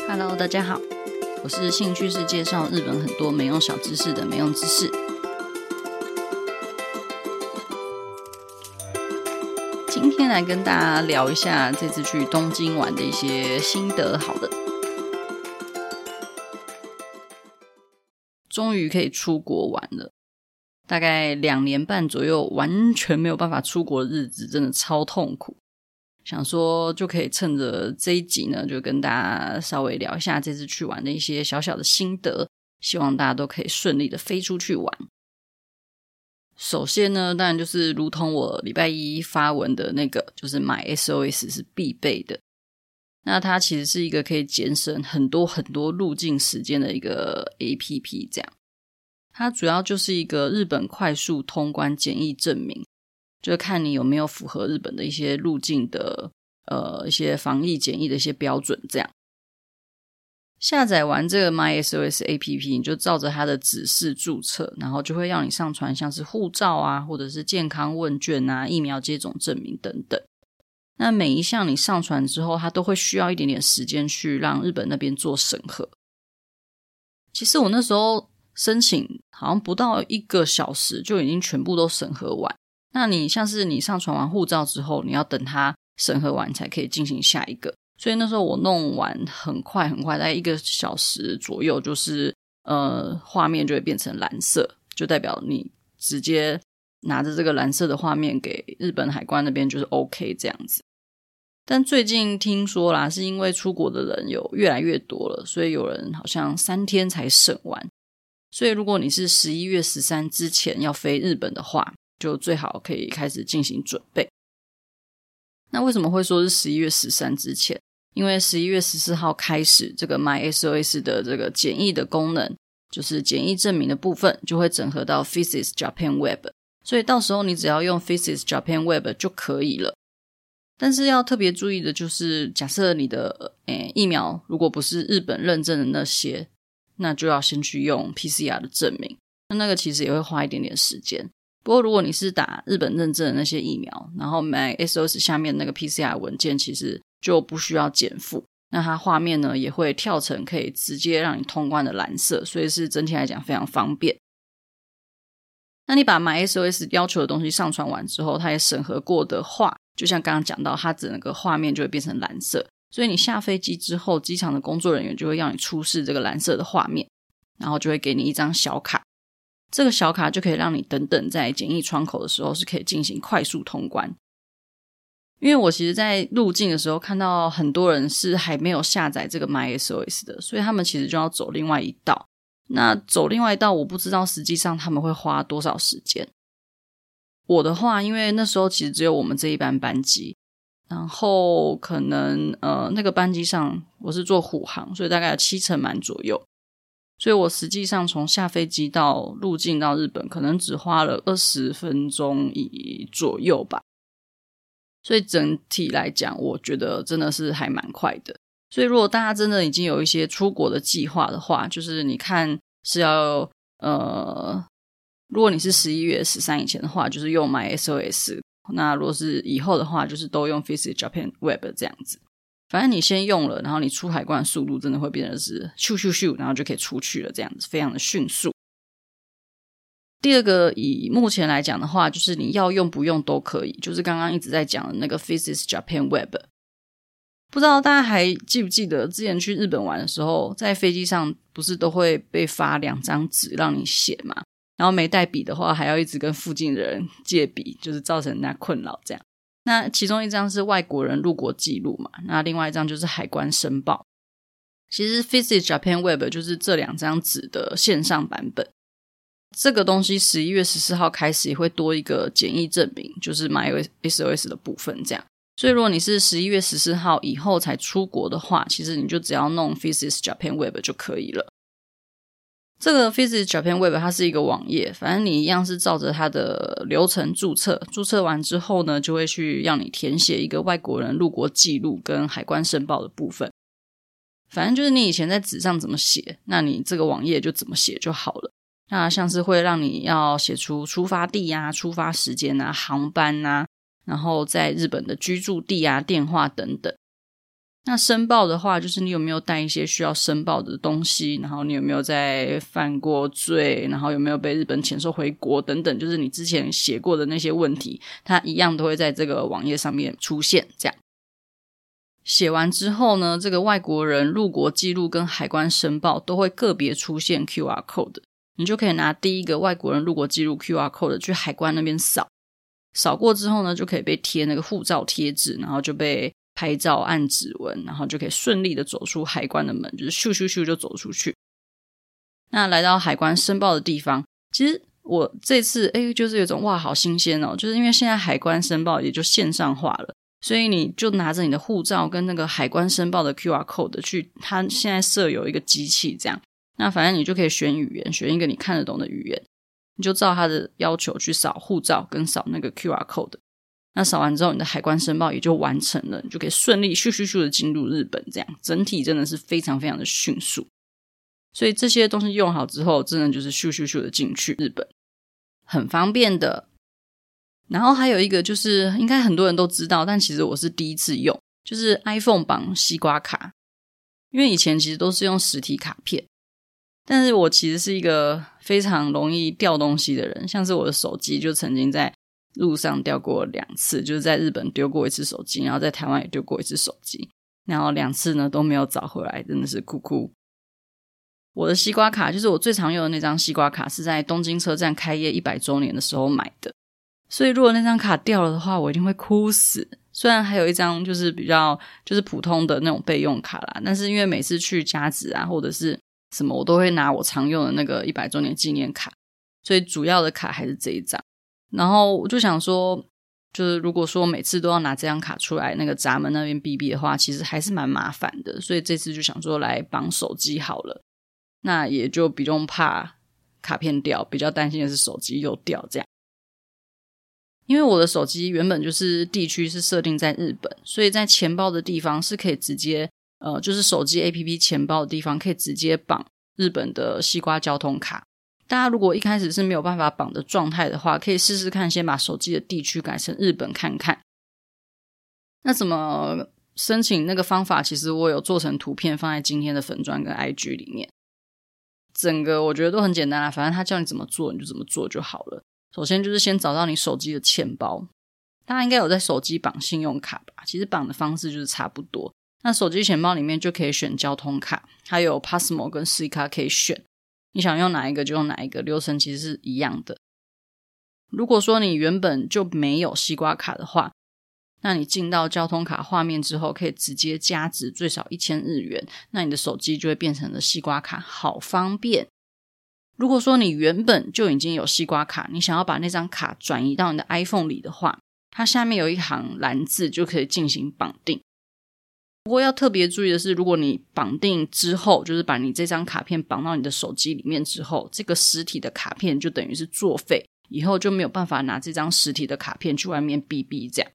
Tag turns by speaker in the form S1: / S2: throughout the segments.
S1: Hello， 大家好，我是兴趣是介绍日本很多没用小知识的没用知识。今天来跟大家聊一下这次去东京玩的一些心得。好了，终于可以出国玩了，大概2年半左右完全没有办法出国的日子，真的超痛苦。想说就可以趁着这一集呢，就跟大家稍微聊一下这次去玩的一些小小的心得，希望大家都可以顺利的飞出去玩。首先呢，当然就是如同我礼拜一发文的那个，就是买 SOS 是必备的。那它其实是一个可以节省很多入境时间的一个 APP 这样。它主要就是一个日本快速通关检疫证明，就是看你有没有符合日本的一些入境的一些防疫检疫的一些标准这样。下载完这个 MySOS APP， 你就照着它的指示注册，然后就会要你上传像是护照啊，或者是健康问卷啊、疫苗接种证明等等。那每一项你上传之后，它都会需要一点点时间去让日本那边做审核。其实我那时候申请好像不到1个小时就已经全部都审核完。那你像是你上传完护照之后，你要等它审核完才可以进行下一个。所以那时候我弄完很快，大概1个小时左右，就是画面就会变成蓝色，就代表你直接拿着这个蓝色的画面给日本海关那边就是 OK 这样子。但最近听说啦，是因为出国的人有越来越多了，所以有人好像3天才审完。所以如果你是11月13之前要飞日本的话，就最好可以开始进行准备。那为什么会说是11月13之前？因为11月14号开始，这个 MySOS 的这个检疫的功能，就是检疫证明的部分，就会整合到 Visit Japan Web， 所以到时候你只要用 Visit Japan Web 就可以了。但是要特别注意的就是，假设你的疫苗如果不是日本认证的那些，那就要先去用 PCR 的证明，那个其实也会花一点点时间。不过如果你是打日本认证的那些疫苗，然后买 SOS 下面那个 PCR 文件，其实就不需要减负，那它画面呢也会跳成可以直接让你通关的蓝色，所以是整体来讲非常方便。那你把买 SOS 要求的东西上传完之后，它也审核过的话，就像刚刚讲到，它整个画面就会变成蓝色，所以你下飞机之后，机场的工作人员就会让你出示这个蓝色的画面，然后就会给你一张小卡，这个小卡就可以让你等在检疫窗口的时候是可以进行快速通关。因为我其实在入境的时候看到很多人是还没有下载这个 MySOS 的，所以他们其实就要走另外一道。那走另外一道我不知道实际上他们会花多少时间。我的话，因为那时候其实只有我们这一班班机，然后可能那个班机上我是坐虎航，所以大概有7成满左右，所以我实际上从下飞机到入境到日本可能只花了20分钟左右吧。所以整体来讲我觉得真的是还蛮快的。所以如果大家真的已经有一些出国的计划的话，就是你看是要如果你是11月13以前的话，就是用 MySOS， 那如果是以后的话，就是都用 Visit Japan Web 这样子。反正你先用了，然后你出海关的速度真的会变成是咻咻咻，然后就可以出去了，这样子非常的迅速。第二个以目前来讲的话，就是你要用不用都可以，就是刚刚一直在讲的那个 Visit Japan Web。不知道大家还记不记得之前去日本玩的时候，在飞机上不是都会被发2张纸让你写嘛，然后没带笔的话还要一直跟附近的人借笔，就是造成人家困扰这样。那其中一张是外国人入国记录嘛，那另外一张就是海关申报。其实 Visit Japan Web 就是这2张纸的线上版本。这个东西11月14号开始也会多一个检疫证明，就是 MySOS 的部分这样。所以如果你是11月14号以后才出国的话，其实你就只要弄 Visit Japan Web 就可以了。这个 Visit Japan Web 它是一个网页，反正你一样是照着它的流程注册，注册完之后呢，就会去让你填写一个外国人入国记录跟海关申报的部分。反正就是你以前在纸上怎么写，那你这个网页就怎么写就好了。那像是会让你要写出出发地啊、出发时间啊、航班啊，然后在日本的居住地啊、电话等等。 那申报的话，就是你有没有带一些需要申报的东西，然后你有没有在犯过罪，然后有没有被日本遣送回国等等，就是你之前写过的那些问题，它一样都会在这个网页上面出现。这样写完之后呢，这个外国人入国记录跟海关申报都会个别出现 QR code， 你就可以拿第一个外国人入国记录 QR code 去海关那边扫过之后呢，就可以被贴那个护照贴纸，然后就被拍照按指纹，然后就可以顺利的走出海关的门，就是咻咻咻就走出去。那来到海关申报的地方，其实我这次就是有种哇好新鲜哦，就是因为现在海关申报也就线上化了，所以你就拿着你的护照跟那个海关申报的 QR code 去，它现在设有一个机器这样，那反正你就可以选语言，选一个你看得懂的语言，你就照它的要求去扫护照跟扫那个 QR code。那扫完之后你的海关申报也就完成了，你就可以顺利咻咻咻的进入日本，这样整体真的是非常非常的迅速。所以这些东西用好之后，真的就是咻咻咻的进去日本，很方便的。然后还有一个就是应该很多人都知道，但其实我是第一次用，就是 iPhone 绑西瓜卡。因为以前其实都是用实体卡片，但是我其实是一个非常容易掉东西的人，像是我的手机就曾经在路上掉过2次，就是在日本丢过一次手机，然后在台湾也丢过一次手机，然后2次呢都没有找回来，真的是哭哭。我的西瓜卡就是我最常用的那张西瓜卡，是在东京车站开业100周年的时候买的，所以如果那张卡掉了的话，我一定会哭死。虽然还有一张就是比较就是普通的那种备用卡啦，但是因为每次去加值啊或者是什么，我都会拿我常用的那个100周年纪念卡，所以主要的卡还是这一张。然后我就想说，就是如果说每次都要拿这张卡出来那个闸门那边逼逼的话，其实还是蛮麻烦的，所以这次就想说来绑手机好了，那也就不用怕卡片掉，比较担心的是手机又掉这样。因为我的手机原本就是地区是设定在日本，所以在钱包的地方是可以直接就是手机 APP 钱包的地方可以直接绑日本的西瓜交通卡。大家如果一开始是没有办法绑的状态的话，可以试试看先把手机的地区改成日本看看。那怎么申请那个方法，其实我有做成图片放在今天的粉专跟 IG 里面，整个我觉得都很简单啦，反正他叫你怎么做你就怎么做就好了。首先就是先找到你手机的钱包，大家应该有在手机绑信用卡吧，其实绑的方式就是差不多。那手机钱包里面就可以选交通卡，还有 Passmo 跟 Suica 可以选，你想用哪一个就用哪一个，流程其实是一样的。如果说你原本就没有西瓜卡的话，那你进到交通卡画面之后可以直接加值最少1000日元，那你的手机就会变成了西瓜卡，好方便。如果说你原本就已经有西瓜卡，你想要把那张卡转移到你的 iPhone 里的话，它下面有一行蓝字就可以进行绑定。不过要特别注意的是，如果你绑定之后，就是把你这张卡片绑到你的手机里面之后，这个实体的卡片就等于是作废，以后就没有办法拿这张实体的卡片去外面逼逼这样。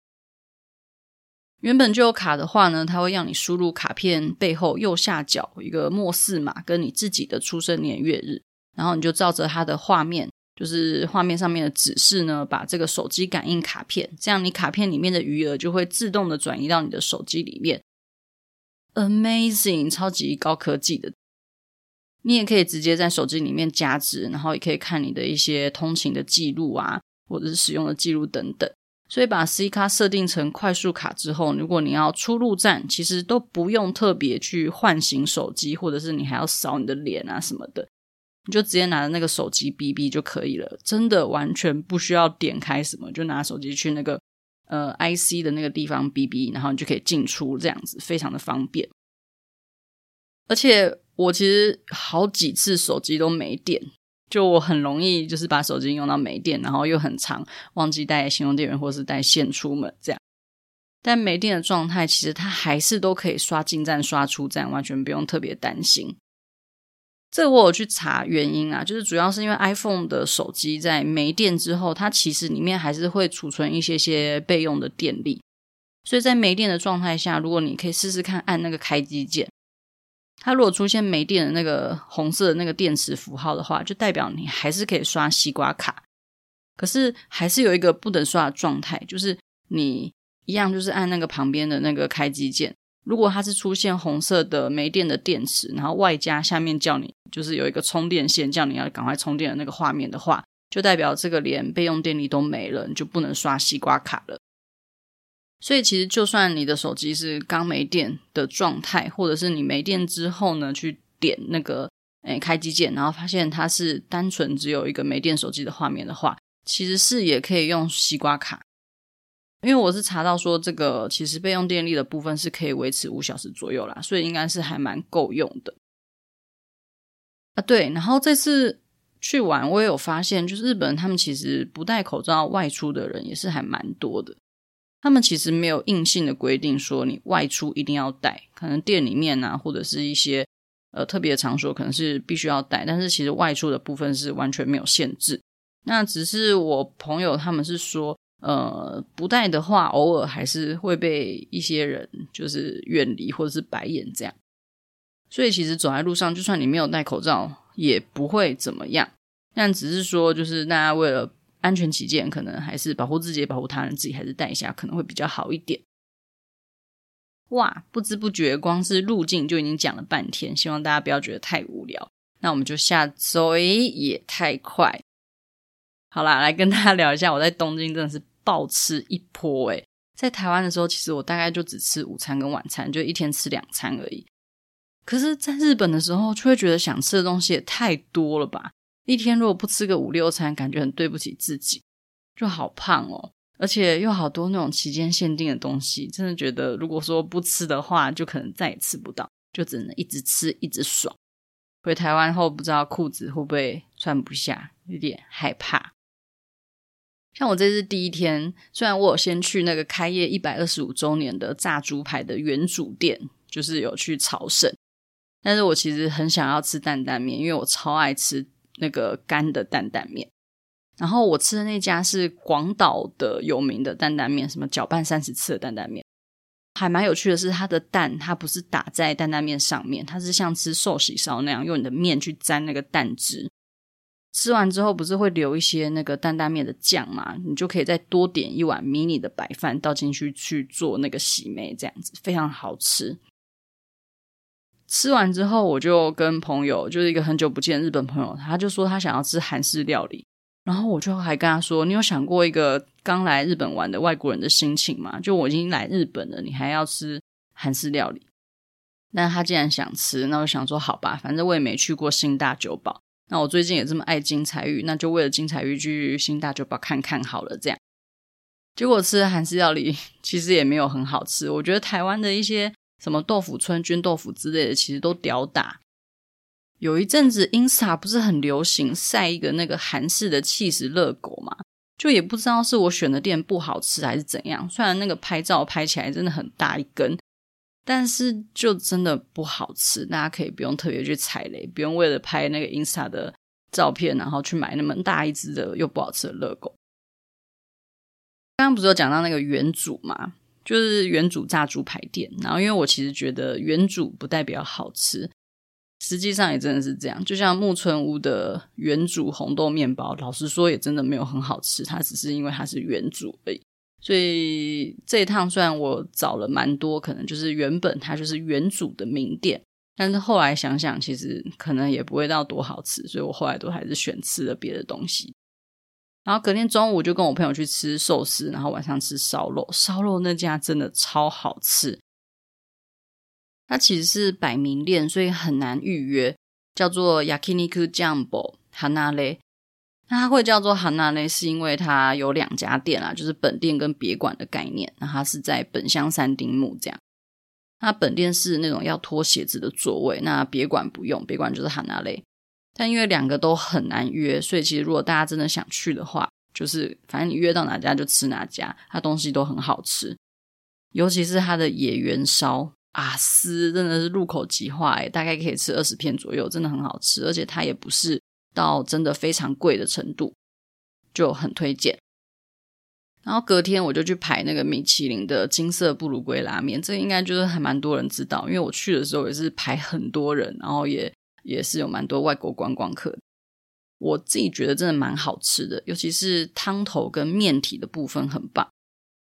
S1: 原本就有卡的话呢，它会让你输入卡片背后右下角有一个末4码跟你自己的出生年月日，然后你就照着它的画面，就是画面上面的指示呢，把这个手机感应卡片，这样你卡片里面的余额就会自动的转移到你的手机里面。 Amazing， 超级高科技的。你也可以直接在手机里面加值，然后也可以看你的一些通勤的记录啊，或者是使用的记录等等。所以把 C 卡设定成快速卡之后，如果你要出入站，其实都不用特别去唤醒手机，或者是你还要扫你的脸啊什么的，你就直接拿着那个手机逼逼就可以了，真的完全不需要点开什么，就拿手机去那个IC 的那个地方逼逼，然后你就可以进出，这样子非常的方便。而且我其实好几次手机都没电，就我很容易就是把手机用到没电，然后又很常忘记带行动电源或是带线出门这样。但没电的状态其实它还是都可以刷进站刷出站，完全不用特别担心。这个我有去查原因啊，就是主要是因为 iPhone 的手机在没电之后，它其实里面还是会储存一些备用的电力，所以在没电的状态下，如果你可以试试看按那个开机键，它如果出现没电的那个红色的那个电池符号的话，就代表你还是可以刷西瓜卡。可是还是有一个不能刷的状态，就是你一样就是按那个旁边的那个开机键， 如果它是出现红色的没电的电池，然后外加下面叫你就是有一个充电线叫你要赶快充电的那个画面的话，就代表这个连备用电力都没了，你就不能刷西瓜卡了。所以其实就算你的手机是刚没电的状态，或者是你没电之后呢去点那个开机键，然后发现它是单纯只有一个没电手机的画面的话，其实是也可以用西瓜卡。因为我是查到说这个其实备用电力的部分是可以维持5小时左右啦，所以应该是还蛮够用的对，然后这次去玩我也有发现，就是日本人他们其实不戴口罩外出的人也是还蛮多的。他们其实没有硬性的规定说你外出一定要戴，可能店里面啊或者是一些特别的场所可能是必须要戴，但是其实外出的部分是完全没有限制。那只是我朋友他们是说不戴的话偶尔还是会被一些人就是远离或者是白眼这样，所以其实走在路上就算你没有戴口罩也不会怎么样，但只是说就是大家为了安全起见，可能还是保护自己保护他人，自己还是戴一下可能会比较好一点。哇，不知不觉光是路径就已经讲了半天，希望大家不要觉得太无聊，那我们就下周也太快。好啦，来跟大家聊一下我在东京真的是暴吃一波在台湾的时候其实我大概就只吃午餐跟晚餐，就一天吃2餐而已，可是在日本的时候就会觉得想吃的东西也太多了吧，一天如果不吃个5-6餐感觉很对不起自己，就好胖而且又好多那种期间限定的东西，真的觉得如果说不吃的话就可能再也吃不到，就只能一直吃一直爽。回台湾后不知道裤子会不会穿不下，有点害怕。像我这次第一天，虽然我有先去那个开业125周年的炸猪排的原主店，就是有去朝圣，但是我其实很想要吃担担面，因为我超爱吃那个干的担担面。然后我吃的那家是广岛的有名的担担面，什么搅拌30次的担担面。还蛮有趣的是它的蛋它不是打在担担面上面，它是像吃寿喜烧那样用你的面去沾那个蛋汁，吃完之后不是会留一些那个担担面的酱嘛，你就可以再多点一碗迷你的白饭倒进去去做那个喜梅，这样子非常好吃。吃完之后我就跟朋友，就是一个很久不见的日本朋友，他就说他想要吃韩式料理，然后我就还跟他说，你有想过一个刚来日本玩的外国人的心情吗？就我已经来日本了，你还要吃韩式料理。但他既然想吃，那我想说好吧，反正我也没去过新大久保，那我最近也这么爱金彩玉，那就为了金彩玉去新大久保看看好了这样。结果吃的韩式料理其实也没有很好吃，我觉得台湾的一些什么豆腐村菌豆腐之类的其实都屌打。有一阵子 Insta 不是很流行晒一个那个韩式的起司热狗嘛，就也不知道是我选的店不好吃还是怎样，虽然那个拍照拍起来真的很大一根，但是就真的不好吃，大家可以不用特别去踩雷，不用为了拍那个 Insta 的照片然后去买那么大一只的又不好吃的热狗。刚刚不是有讲到那个原主嘛，就是原主炸猪排店，然后因为我其实觉得原主不代表好吃，实际上也真的是这样，就像木村屋的原主红豆面包，老实说也真的没有很好吃，它只是因为它是原主而已。所以这一趟虽然我找了蛮多可能就是原本它就是原主的名店，但是后来想想其实可能也不会到多好吃，所以我后来都还是选吃了别的东西。然后隔天中午就跟我朋友去吃寿司，然后晚上吃烧肉，烧肉那家真的超好吃，它其实是摆明店，所以很难预约，叫做 Yakiniku Jumbo Hanare。 那它会叫做 Hanare 是因为它有2家店啦，就是本店跟别馆的概念，那它是在本乡三丁目这样。那本店是那种要脱鞋子的座位，那别馆不用，别馆就是 Hanare。 但因为2个都很难约，所以其实如果大家真的想去的话，就是反正你约到哪家就吃哪家，它东西都很好吃，尤其是它的野原烧丝真的是入口即化大概可以吃20片左右，真的很好吃，而且它也不是到真的非常贵的程度，就很推荐。然后隔天我就去排那个米其林的金色布鲁龟拉面，这个应该就是还蛮多人知道，因为我去的时候也是排很多人，然后也是有蛮多外国观光客的。我自己觉得真的蛮好吃的，尤其是汤头跟面体的部分很棒。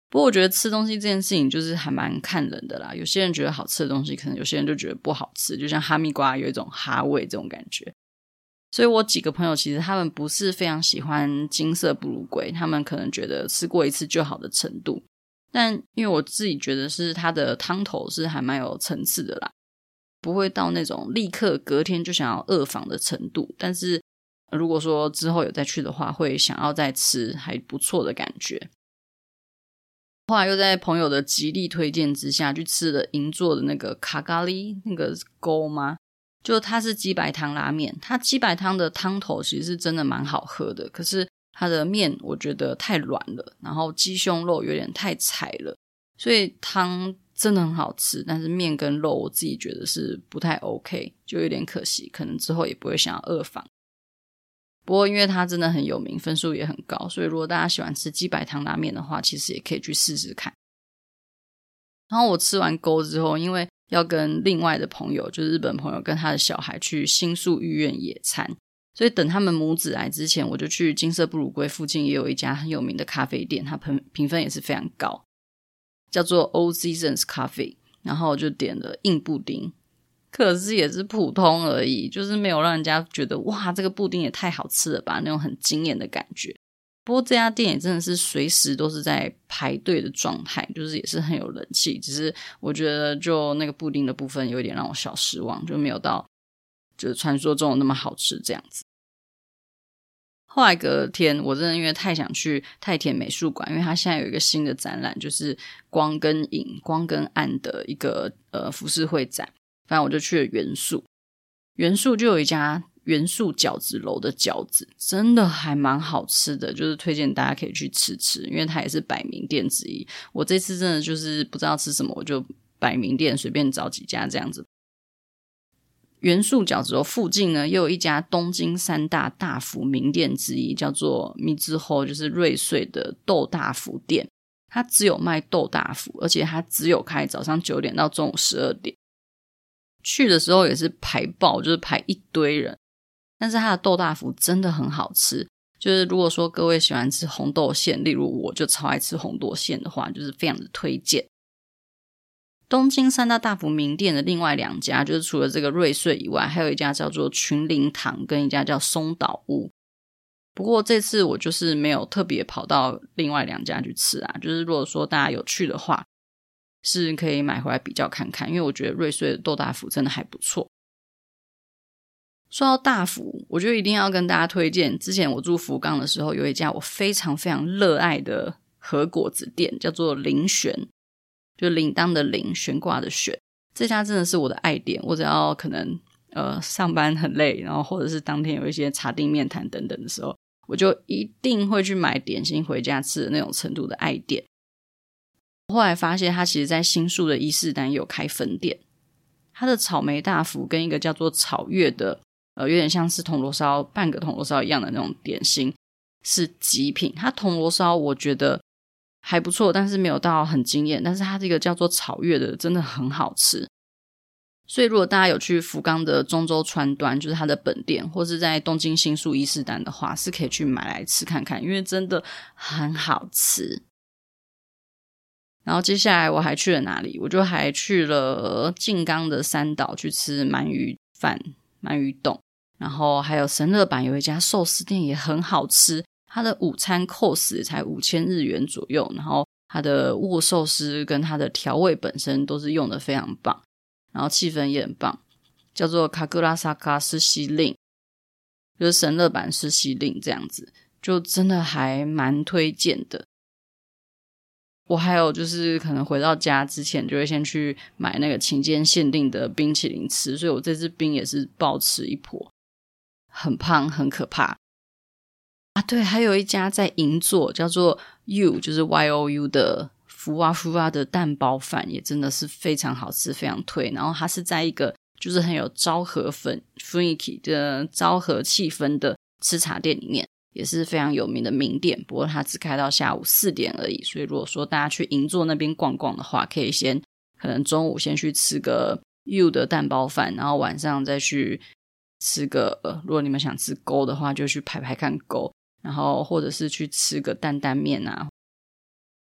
S1: 不过我觉得吃东西这件事情就是还蛮看人的啦，有些人觉得好吃的东西，可能有些人就觉得不好吃，就像哈密瓜有一种哈味这种感觉。所以我几个朋友其实他们不是非常喜欢金色布鲁龟，他们可能觉得吃过一次就好的程度，但因为我自己觉得是它的汤头是还蛮有层次的啦，不会到那种立刻隔天就想要二访的程度，但是如果说之后有再去的话，会想要再吃还不错的感觉。后来又在朋友的极力推荐之下去吃了银座的那个卡咖喱，那个沟吗，就它是鸡白汤拉面，它鸡白汤的汤头其实是真的蛮好喝的，可是它的面我觉得太软了，然后鸡胸肉有点太柴了，所以汤真的很好吃，但是面跟肉我自己觉得是不太 OK， 就有点可惜，可能之后也不会想要二访。不过因为它真的很有名，分数也很高，所以如果大家喜欢吃鸡白汤拉面的话，其实也可以去试试看。然后我吃完沟之后，因为要跟另外的朋友，就是日本朋友跟他的小孩去新宿御苑野餐，所以等他们母子来之前，我就去金色布鲁龟附近也有一家很有名的咖啡店，它评分也是非常高，叫做 Old Seasons Coffee， 然后我就点了硬布丁，可是也是普通而已，就是没有让人家觉得哇这个布丁也太好吃了吧那种很惊艳的感觉。不过这家店也真的是随时都是在排队的状态，就是也是很有人气，只是我觉得就那个布丁的部分有一点让我小失望，就没有到就是传说中的那么好吃这样子。后来隔天我真的因为太想去太田美术馆，因为它现在有一个新的展览，就是光跟影光跟暗的一个浮世绘展，反正我就去了元素就有一家元素饺子楼的饺子真的还蛮好吃的，就是推荐大家可以去吃吃，因为它也是百名店之一。我这次真的就是不知道吃什么，我就百名店随便找几家这样子。元素饺子楼附近呢又有一家东京三大大福名店之一，叫做米之后，就是瑞穗的豆大福店，它只有卖豆大福，而且它只有开早上9点到中午12点。去的时候也是排爆，就是排一堆人，但是它的豆大福真的很好吃，就是如果说各位喜欢吃红豆馅，例如我就超爱吃红豆馅的话，就是非常的推荐。东京三大大福名店的另外2家，就是除了这个瑞穗以外，还有一家叫做群林堂跟一家叫松岛屋。不过这次我就是没有特别跑到另外2家去吃啊，就是如果说大家有去的话是可以买回来比较看看，因为我觉得瑞穗的豆大福真的还不错。说到大福，我就一定要跟大家推荐，之前我住福冈的时候有一家我非常非常热爱的和果子店，叫做铃玄，就铃铛的铃，悬挂的悬。这家真的是我的爱店，我只要可能上班很累，然后或者是当天有一些茶订面谈等等的时候，我就一定会去买点心回家吃的那种程度的爱店。后来发现它其实在新宿的伊势丹有开分店，它的草莓大福跟一个叫做草月的有点像是铜锣烧半个铜锣烧一样的那种点心是极品。它铜锣烧我觉得还不错，但是没有到很惊艳，但是它这个叫做草月的真的很好吃。所以如果大家有去福冈的中州川端，就是它的本店，或是在东京新宿伊势丹的话，是可以去买来吃看看，因为真的很好吃。然后接下来我还去了哪里？我就还去了静冈的三岛去吃鳗鱼饭、鳗鱼冻，然后还有神乐坂有一家寿司店也很好吃，它的午餐 course 才5000日元左右，然后它的握寿司跟它的调味本身都是用的非常棒，然后气氛也很棒，叫做卡格拉萨卡斯西令，就是神乐坂是西令这样子，就真的还蛮推荐的。我还有就是可能回到家之前就会先去买那个晴间限定的冰淇淋吃，所以我这支冰也是暴吃一波，很胖很可怕啊。对，还有一家在银座叫做 You 就是 YOU 的福哇福哇的蛋包饭也真的是非常好吃，非常推。然后它是在一个就是很有昭和氛囲的昭和气氛的吃茶店里面，也是非常有名的名店，不过它只开到下午4点而已，所以如果说大家去银座那边逛逛的话，可以先可能中午先去吃个 You 的蛋包饭，然后晚上再去吃个如果你们想吃勾的话就去排排看勾，然后或者是去吃个担担面啊，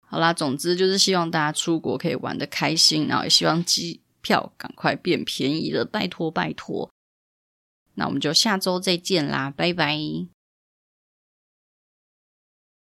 S1: 好啦，总之就是希望大家出国可以玩得开心，然后也希望机票赶快变便宜了，拜托拜托。那我们就下周再见啦，拜拜。